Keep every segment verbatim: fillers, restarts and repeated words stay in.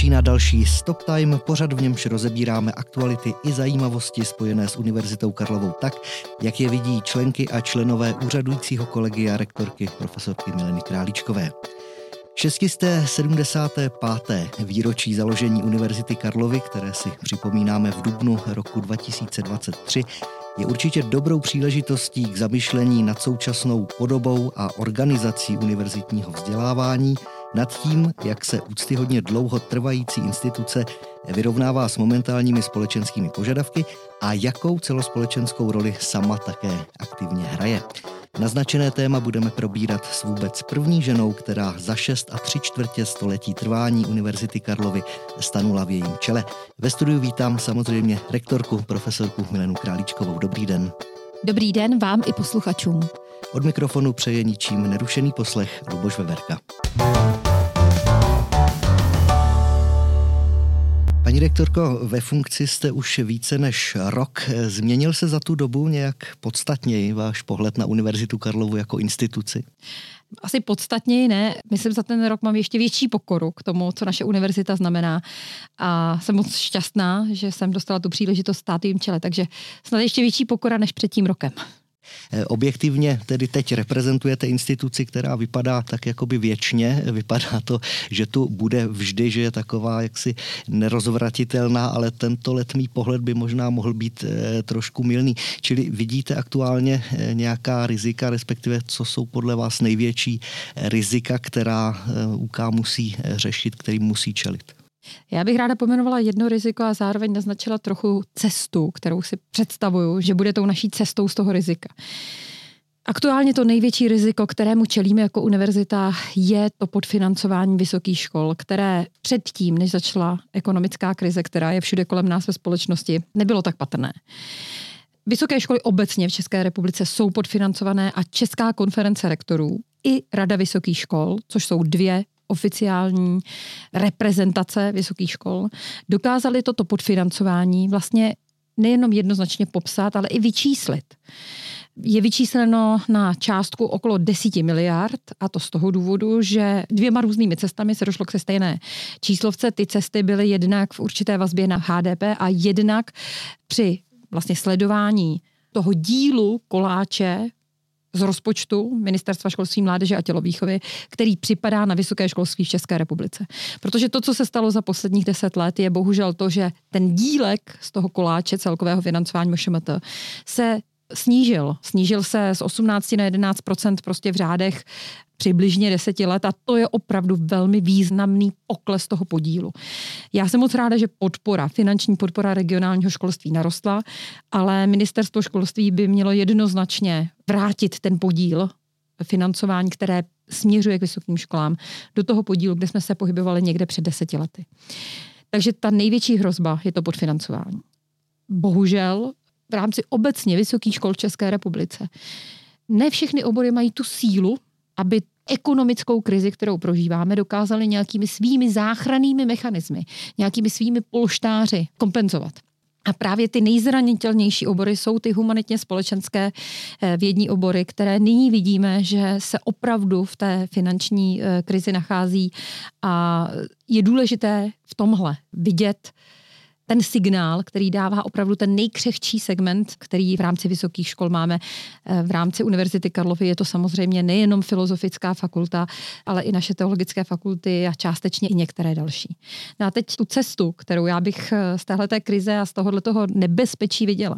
Začíná další Stop Time, pořad, v němž rozebíráme aktuality i zajímavosti spojené s Univerzitou Karlovou tak, jak je vidí členky a členové úřadujícího kolegia rektorky profesorky Mileny Králíčkové. šestisté sedmdesáté páté výročí založení Univerzity Karlovy, které si připomínáme v dubnu roku dva tisíce dvacet tři, je určitě dobrou příležitostí k zamyšlení nad současnou podobou a organizací univerzitního vzdělávání, nad tím, jak se úctyhodně dlouho trvající instituce vyrovnává s momentálními společenskými požadavky a jakou celospolečenskou roli sama také aktivně hraje. Naznačené téma budeme probírat s vůbec první ženou, která za šest a tři čtvrtě století trvání Univerzity Karlovy stanula v jejím čele. Ve studiu vítám samozřejmě rektorku profesorku Milenu Králíčkovou. Dobrý den. Dobrý den vám i posluchačům. Od mikrofonu přeje ničím nerušený poslech Luboš Veverka. Paní rektorko, ve funkci jste už více než rok. Změnil se za tu dobu nějak podstatněji váš pohled na Univerzitu Karlovu jako instituci? Asi podstatněji ne. Myslím, za ten rok mám ještě větší pokoru k tomu, co naše univerzita znamená. A jsem moc šťastná, že jsem dostala tu příležitost stát v jejím čele. Takže snad ještě větší pokora než před tím rokem. Objektivně tedy teď reprezentujete instituci, která vypadá tak jakoby věčně. Vypadá to, že tu bude vždy, že je taková jaksi nerozvratitelná, ale tento letmý pohled by možná mohl být e, trošku mylný. Čili vidíte aktuálně e, nějaká rizika, respektive co jsou podle vás největší rizika, která e, U K musí řešit, kterým musí čelit? Já bych ráda pojmenovala jedno riziko a zároveň naznačila trochu cestu, kterou si představuju, že bude tou naší cestou z toho rizika. Aktuálně to největší riziko, kterému čelíme jako univerzita, je to podfinancování vysokých škol, které předtím, než začala ekonomická krize, která je všude kolem nás ve společnosti, nebylo tak patrné. Vysoké školy obecně v České republice jsou podfinancované a Česká konference rektorů i Rada vysokých škol, což jsou dvě oficiální reprezentace vysokých škol, dokázali toto podfinancování vlastně nejenom jednoznačně popsat, ale i vyčíslit. Je vyčísleno na částku okolo deseti miliard a to z toho důvodu, že dvěma různými cestami se došlo k stejné číslovce. Ty cesty byly jednak v určité vazbě na H D P a jednak při vlastně sledování toho dílu koláče z rozpočtu Ministerstva školství, mládeže a tělovýchovy, který připadá na vysoké školství v České republice. Protože to, co se stalo za posledních deset let, je bohužel to, že ten dílek z toho koláče celkového financování M Š M T se snížil. Snížil se z osmnáct na jedenáct procent prostě v řádech přibližně deseti let a to je opravdu velmi významný pokles toho podílu. Já jsem moc ráda, že podpora, finanční podpora regionálního školství narostla, ale ministerstvo školství by mělo jednoznačně vrátit ten podíl financování, které směřuje k vysokým školám, do toho podílu, kde jsme se pohybovali někde před deseti lety. Takže ta největší hrozba je to podfinancování. Bohužel v rámci obecně vysokých škol v České republice ne všechny obory mají tu sílu, aby ekonomickou krizi, kterou prožíváme, dokázali nějakými svými záchrannými mechanismy, nějakými svými polštáři kompenzovat. A právě ty nejzranitelnější obory jsou ty humanitně společenské vědní obory, které nyní vidíme, že se opravdu v té finanční krizi nachází a je důležité v tomhle vidět ten signál, který dává opravdu ten nejkřehčí segment, který v rámci vysokých škol máme. V rámci Univerzity Karlovy je to samozřejmě nejenom filozofická fakulta, ale i naše teologické fakulty a částečně i některé další. No a teď tu cestu, kterou já bych z téhleté krize a z tohohletoho nebezpečí viděla.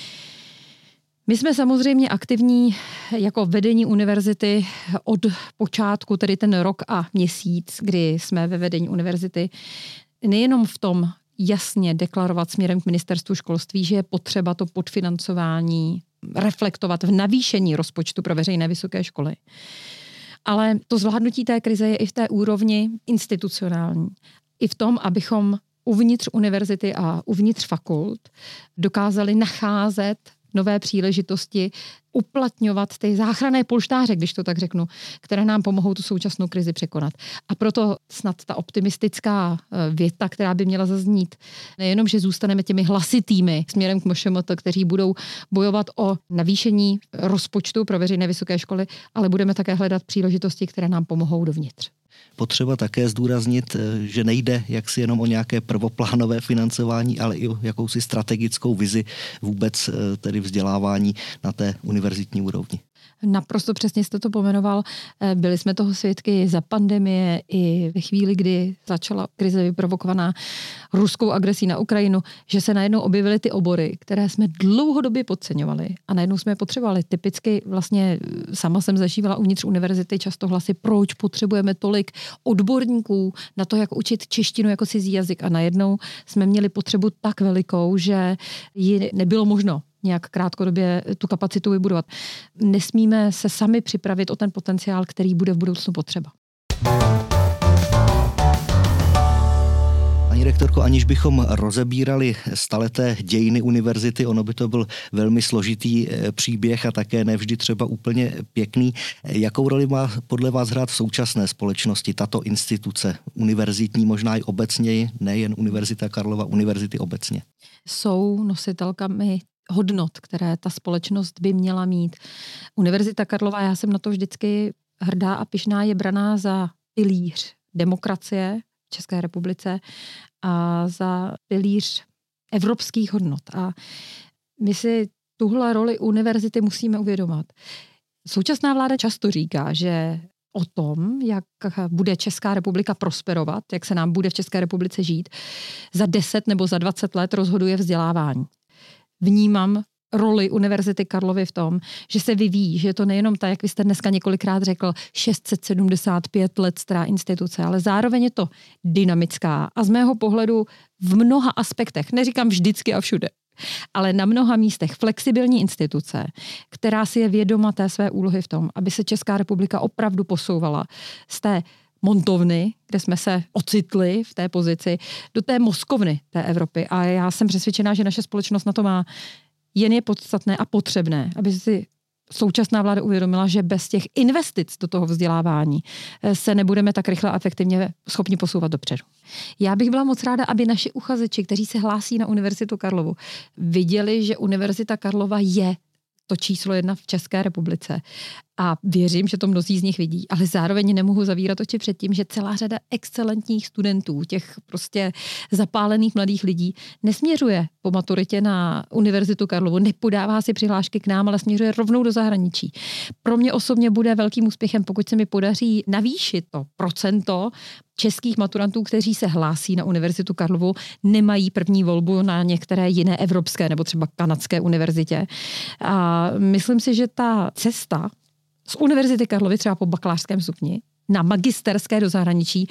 My jsme samozřejmě aktivní jako vedení univerzity od počátku, tedy ten rok a měsíc, kdy jsme ve vedení univerzity, nejenom v tom jasně deklarovat směrem k ministerstvu školství, že je potřeba to podfinancování reflektovat v navýšení rozpočtu pro veřejné vysoké školy. Ale to zvládnutí té krize je i v té úrovni institucionální. I v tom, abychom uvnitř univerzity a uvnitř fakult dokázali nacházet nové příležitosti, uplatňovat ty záchranné polštáře, když to tak řeknu, které nám pomohou tu současnou krizi překonat. A proto snad ta optimistická věta, která by měla zaznít, nejenom, že zůstaneme těmi hlasitými směrem k M Š M T, kteří budou bojovat o navýšení rozpočtu pro veřejné vysoké školy, ale budeme také hledat příležitosti, které nám pomohou dovnitř. Potřeba také zdůraznit, že nejde jaksi jenom o nějaké prvoplánové financování, ale i o jakousi strategickou vizi vůbec tedy vzdělávání na té univerzitní úrovni. Naprosto přesně jste to pomenoval. Byli jsme toho svědky za pandemie i ve chvíli, kdy začala krize vyprovokovaná ruskou agresí na Ukrajinu, že se najednou objevily ty obory, které jsme dlouhodobě podceňovali a najednou jsme je potřebovali. Typicky vlastně sama jsem zažívala uvnitř univerzity často hlasy, proč potřebujeme tolik odborníků na to, jak učit češtinu jako cizí jazyk, a najednou jsme měli potřebu tak velikou, že ji nebylo možno nějak krátkodobě tu kapacitu vybudovat. Nesmíme se sami připravit o ten potenciál, který bude v budoucnu potřeba. Paní rektorko, aniž bychom rozebírali staleté dějiny univerzity, ono by to byl velmi složitý příběh a také nevždy třeba úplně pěkný. Jakou roli má podle vás hrát v současné společnosti tato instituce univerzitní, možná i obecněji, nejen Univerzita Karlova, univerzity obecně? Jsou nositelkami hodnot, které ta společnost by měla mít. Univerzita Karlova, já jsem na to vždycky hrdá a pyšná, je braná za pilíř demokracie v České republice a za pilíř evropských hodnot. A my si tuhle roli univerzity musíme uvědomovat. Současná vláda často říká, že o tom, jak bude Česká republika prosperovat, jak se nám bude v České republice žít, za deset nebo za dvacet let rozhoduje vzdělávání. Vnímám roli Univerzity Karlovy v tom, že se vyvíjí, že je to nejenom ta, jak vy jste dneska několikrát řekl, šest set sedmdesát pět let stará instituce, ale zároveň je to dynamická a z mého pohledu v mnoha aspektech, neříkám vždycky a všude, ale na mnoha místech flexibilní instituce, která si je vědoma té své úlohy v tom, aby se Česká republika opravdu posouvala z té montovny, kde jsme se ocitli v té pozici, do té mozkovny té Evropy. A já jsem přesvědčená, že naše společnost na to má. Jen je podstatné a potřebné, aby si současná vláda uvědomila, že bez těch investic do toho vzdělávání se nebudeme tak rychle a efektivně schopni posouvat dopředu. Já bych byla moc ráda, aby naši uchazeči, kteří se hlásí na Univerzitu Karlovu, viděli, že Univerzita Karlova je to číslo jedna v České republice. A věřím, že to mnozí z nich vidí, ale zároveň nemohu zavírat oči před tím, že celá řada excelentních studentů, těch prostě zapálených mladých lidí, nesměřuje po maturitě na Univerzitu Karlovu, nepodává si přihlášky k nám, ale směřuje rovnou do zahraničí. Pro mě osobně bude velkým úspěchem, pokud se mi podaří navýšit to procento českých maturantů, kteří se hlásí na Univerzitu Karlovu, nemají první volbu na některé jiné evropské nebo třeba kanadské univerzitě. A myslím si, že ta cesta z Univerzity Karlovy třeba po bakalářském stupni na magisterské do zahraničí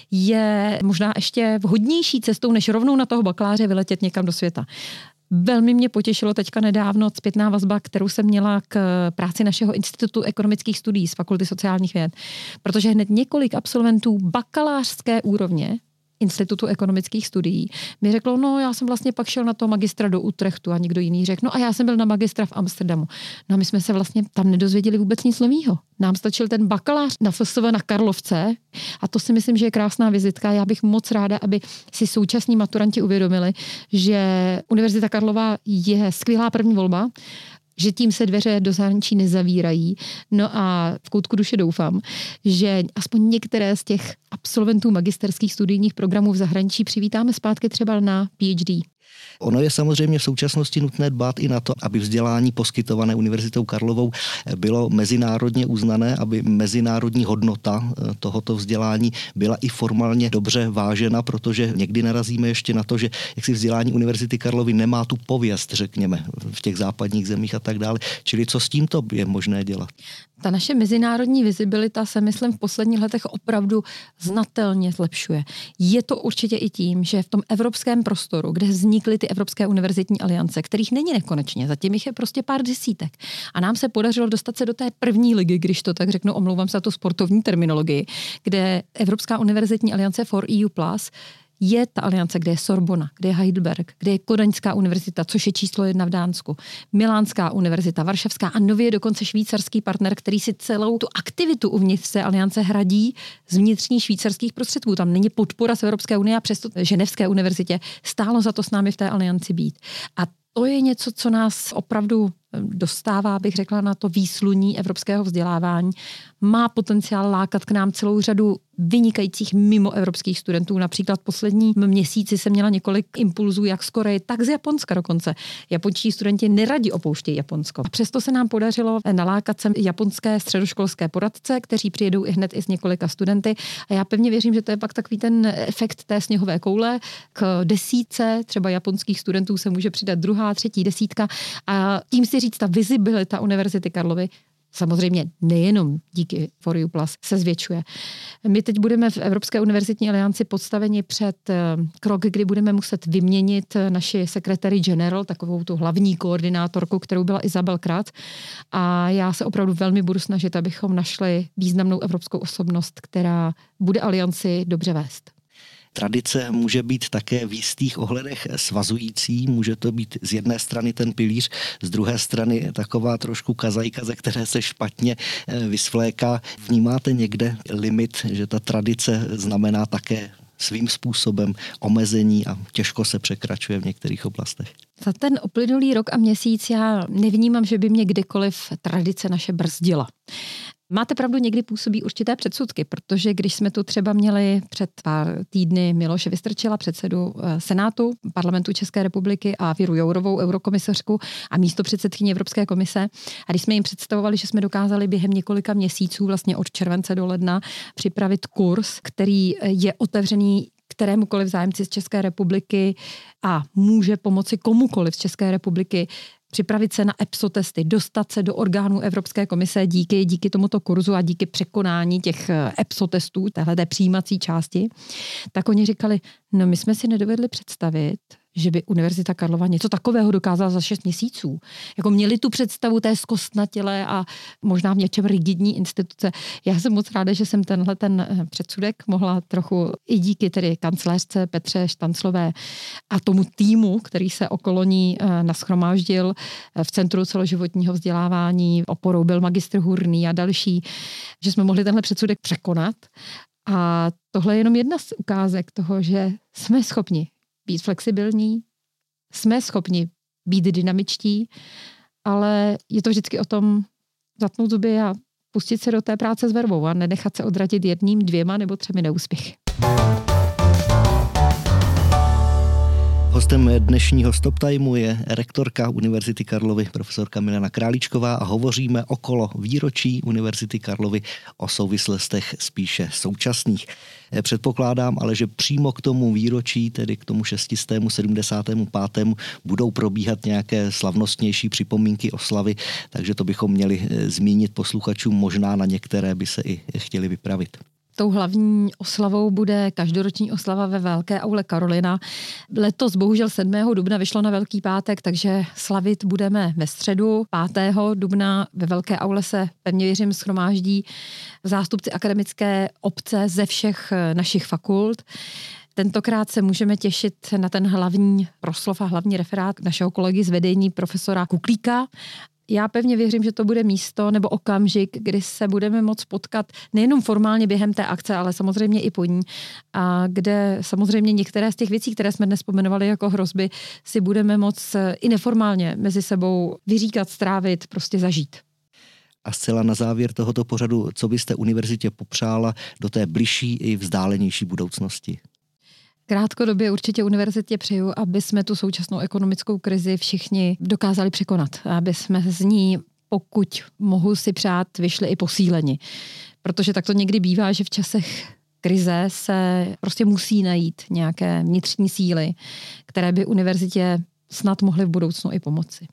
je možná ještě vhodnější cestou, než rovnou na toho bakaláře vyletět někam do světa. Velmi mě potěšilo teďka nedávno zpětná vazba, kterou jsem měla k práci našeho Institutu ekonomických studií z Fakulty sociálních věd, protože hned několik absolventů bakalářské úrovně Institutu ekonomických studií mi řeklo, no já jsem vlastně pak šel na to magistra do Utrechtu a někdo jiný řekl, no a já jsem byl na magistra v Amsterdamu. No a my jsme se vlastně tam nedozvěděli vůbec nic nového. Nám stačil ten bakalář na F S V na Karlovce a to si myslím, že je krásná vizitka. Já bych moc ráda, aby si současní maturanti uvědomili, že Univerzita Karlova je skvělá první volba, že tím se dveře do zahraničí nezavírají. No a v koutku duše doufám, že aspoň některé z těch absolventů magisterských studijních programů v zahraničí přivítáme zpátky třeba na P H D. Ono je samozřejmě v současnosti nutné dbát i na to, aby vzdělání poskytované Univerzitou Karlovou bylo mezinárodně uznané, aby mezinárodní hodnota tohoto vzdělání byla i formálně dobře vážena, protože někdy narazíme ještě na to, že jaksi vzdělání Univerzity Karlovy nemá tu pověst, řekněme, v těch západních zemích a tak dále. Čili co s tímto je možné dělat? Ta naše mezinárodní vizibilita se, myslím, v posledních letech opravdu znatelně zlepšuje. Je to určitě i tím, že v tom evropském prostoru, kde vznikly ty Evropské univerzitní aliance, kterých není nekonečně, zatím jich je prostě pár desítek. A nám se podařilo dostat se do té první ligy, když to tak řeknu, omlouvám se za tu sportovní terminologii, kde Evropská univerzitní aliance for E U plus je ta aliance, kde je Sorbona, kde je Heidelberg, kde je Kodaňská univerzita, což je číslo jedna v Dánsku, Milánská univerzita, Varšavská a nově dokonce švýcarský partner, který si celou tu aktivitu uvnitř té aliance hradí z vnitřních švýcarských prostředků. Tam není podpora z Evropské unie a přesto Ženevské univerzitě stálo za to s námi v té alianci být. A to je něco, co nás opravdu dostává, bych řekla, na to výsluní evropského vzdělávání. Má potenciál lákat k nám celou řadu vynikajících mimoevropských studentů. Například v posledním měsíci jsem měla několik impulzů jak z Koreje, tak z Japonska dokonce. Japonští studenti neradi opouštějí Japonsko. A přesto se nám podařilo nalákat sem japonské středoškolské poradce, kteří přijedou i hned i s několika studenty. A já pevně věřím, že to je pak takový ten efekt té sněhové koule. K desítce třeba japonských studentů se může přidat druhá, třetí desítka. A tím si říct, ta vizibilita Univerzity Karlovy samozřejmě nejenom díky For You Plus se zvětšuje. My teď budeme v Evropské univerzitní alianci podstaveni před krok, kdy budeme muset vyměnit naši secretary general, takovou tu hlavní koordinátorku, kterou byla Isabel Krat. A já se opravdu velmi budu snažit, abychom našli významnou evropskou osobnost, která bude alianci dobře vést. Tradice může být také v jistých ohledech svazující, může to být z jedné strany ten pilíř, z druhé strany taková trošku kazajka, ze které se špatně vysvléká. Vnímáte někde limit, že ta tradice znamená také svým způsobem omezení a těžko se překračuje v některých oblastech? Za ten uplynulý rok a měsíc já nevnímám, že by mě kdekoliv tradice naše brzdila. Máte pravdu, někdy působí určité předsudky, protože když jsme tu třeba měli před pár týdny Miloše Vystrčila, předsedu Senátu parlamentu České republiky, a Věru Jourovou, eurokomisařku a místopředsedkyni Evropské komise, a když jsme jim představovali, že jsme dokázali během několika měsíců, vlastně od července do ledna, připravit kurz, který je otevřený kterémukoliv zájemci z České republiky a může pomoci komukoliv z České republiky připravit se na EPSO testy, dostat se do orgánů Evropské komise díky, díky tomuto kurzu a díky překonání těch EPSO testů, téhleté přijímací části, tak oni říkali, no my jsme si nedovedli představit, že by Univerzita Karlova něco takového dokázala za šest měsíců. Jako měli tu představu té zkostnatělé a možná v něčem rigidní instituce. Já jsem moc ráda, že jsem tenhle ten předsudek mohla trochu i díky tedy kancléřce Petře Štanclové a tomu týmu, který se okolo ní nashromáždil v Centru celoživotního vzdělávání, oporou byl magistr Hurný a další, že jsme mohli tenhle předsudek překonat. A tohle je jenom jedna z ukázek toho, že jsme schopni být flexibilní, jsme schopni být dynamičtí, ale je to vždycky o tom zatnout zuby a pustit se do té práce s vervou a nenechat se odradit jedním, dvěma nebo třemi neúspěchy. Hostem dnešního Stop Timeu je rektorka Univerzity Karlovy, profesorka Milena Králíčková, a hovoříme okolo výročí Univerzity Karlovy o souvislostech spíše současných. Předpokládám ale, že přímo k tomu výročí, tedy k tomu šestistému sedmdesátému pátému budou probíhat nějaké slavnostnější připomínky, oslavy, takže to bychom měli zmínit posluchačům, možná na některé by se i chtěli vypravit. Tou hlavní oslavou bude každoroční oslava ve Velké aule Karolina. Letos bohužel sedmého dubna vyšlo na Velký pátek, takže slavit budeme ve středu. pátého dubna ve Velké aule se, pevně věřím, shromáždí zástupci akademické obce ze všech našich fakult. Tentokrát se můžeme těšit na ten hlavní proslov a hlavní referát našeho kolegy z vedení profesora Kuklíka. Já pevně věřím, že to bude místo nebo okamžik, kdy se budeme moct potkat nejenom formálně během té akce, ale samozřejmě i po ní, a kde samozřejmě některé z těch věcí, které jsme dnes pomenovali jako hrozby, si budeme moct i neformálně mezi sebou vyříkat, strávit, prostě zažít. A zcela na závěr tohoto pořadu, co byste univerzitě popřála do té bližší i vzdálenější budoucnosti? Krátkodobě určitě univerzitě přeju, aby jsme tu současnou ekonomickou krizi všichni dokázali překonat, aby jsme z ní, pokud mohu si přát, vyšli i posíleni. Protože tak to někdy bývá, že v časech krize se prostě musí najít nějaké vnitřní síly, které by univerzitě snad mohly v budoucnu i pomoci.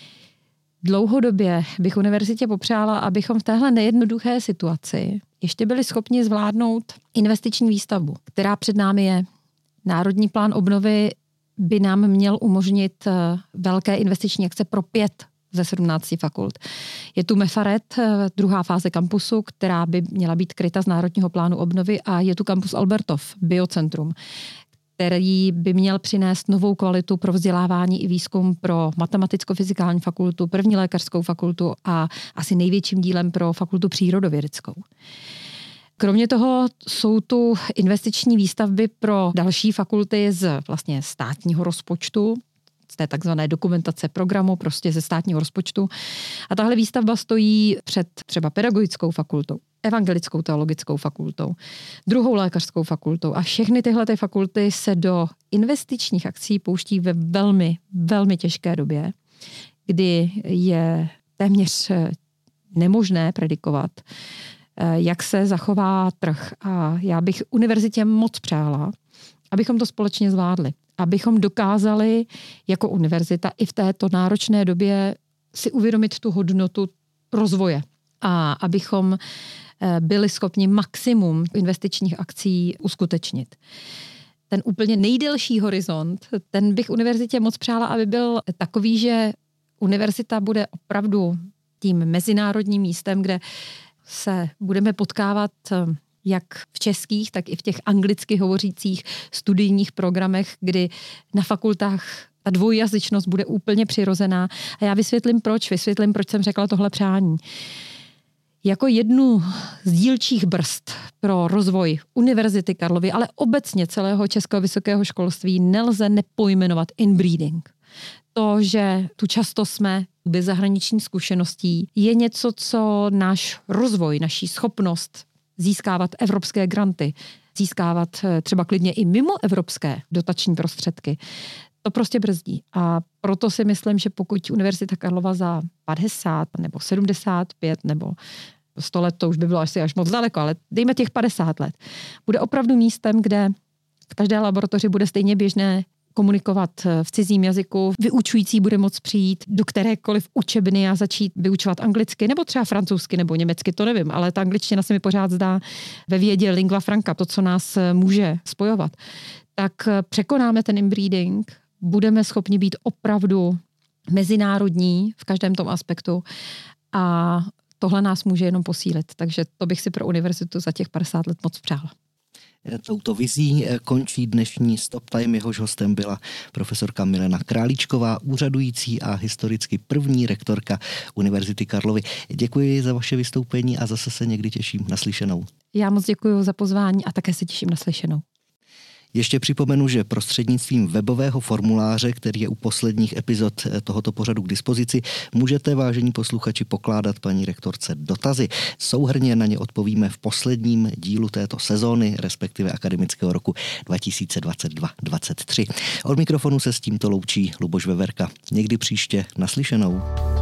Dlouhodobě bych univerzitě popřála, abychom v téhle nejednoduché situaci ještě byli schopni zvládnout investiční výstavbu, která před námi je. Národní plán obnovy by nám měl umožnit velké investiční akce pro pět ze sedmnácti fakult. Je tu Mefaret, druhá fáze kampusu, která by měla být kryta z Národního plánu obnovy, a je tu kampus Albertov, biocentrum, který by měl přinést novou kvalitu pro vzdělávání i výzkum pro matematicko-fyzikální fakultu, první lékařskou fakultu a asi největším dílem pro fakultu přírodovědeckou. Kromě toho jsou tu investiční výstavby pro další fakulty z vlastně státního rozpočtu. z té takzvané dokumentace programu, prostě ze státního rozpočtu. A tahle výstavba stojí před třeba pedagogickou fakultou, evangelickou teologickou fakultou, druhou lékařskou fakultou a všechny tyhle ty fakulty se do investičních akcí pouští ve velmi, velmi těžké době, kdy je téměř nemožné predikovat, jak se zachová trh. A já bych univerzitě moc přála, abychom to společně zvládli. Abychom dokázali jako univerzita i v této náročné době si uvědomit tu hodnotu rozvoje. A abychom byli schopni maximum investičních akcí uskutečnit. Ten úplně nejdelší horizont, ten bych univerzitě moc přála, aby byl takový, že univerzita bude opravdu tím mezinárodním místem, kde se budeme potkávat jak v českých, tak i v těch anglicky hovořících studijních programech, kdy na fakultách ta dvojjazyčnost bude úplně přirozená. A já vysvětlím proč, vysvětlím, proč jsem řekla tohle přání. Jako jednu z dílčích brzd pro rozvoj Univerzity Karlovy, ale obecně celého českého vysokého školství nelze nepojmenovat inbreeding. To, že tu často jsme bez zahraničních zkušeností, je něco, co náš rozvoj, naší schopnost získávat evropské granty, získávat třeba klidně i mimo evropské dotační prostředky, to prostě brzdí. A proto si myslím, že pokud Univerzita Karlova za padesát nebo sedmdesát pět nebo sto let, to už by bylo asi až moc daleko, ale dejme těch padesát let, bude opravdu místem, kde v každé laboratoři bude stejně běžné komunikovat v cizím jazyku, vyučující bude moct přijít do kterékoliv učebny a začít vyučovat anglicky, nebo třeba francouzsky nebo německy, to nevím, ale ta angličtina se mi pořád zdá ve vědě lingua franca, to, co nás může spojovat. Tak překonáme ten inbreeding, budeme schopni být opravdu mezinárodní v každém tom aspektu a tohle nás může jenom posílit. Takže to bych si pro univerzitu za těch padesát let moc přála. Touto vizí končí dnešní Stop Time. Jehož hostem byla profesorka Milena Králíčková, úřadující a historicky první rektorka Univerzity Karlovy. Děkuji za vaše vystoupení a zase se někdy těším na slyšenou. Já moc děkuji za pozvání a také se těším na slyšenou. Ještě připomenu, že prostřednictvím webového formuláře, který je u posledních epizod tohoto pořadu k dispozici, můžete, vážení posluchači, pokládat paní rektorce dotazy. Souhrnně na ně odpovíme v posledním dílu této sezóny, respektive akademického roku dva tisíce dvacet dva dvacet tři. Od mikrofonu se s tímto loučí Luboš Veverka. Někdy příště naslyšenou.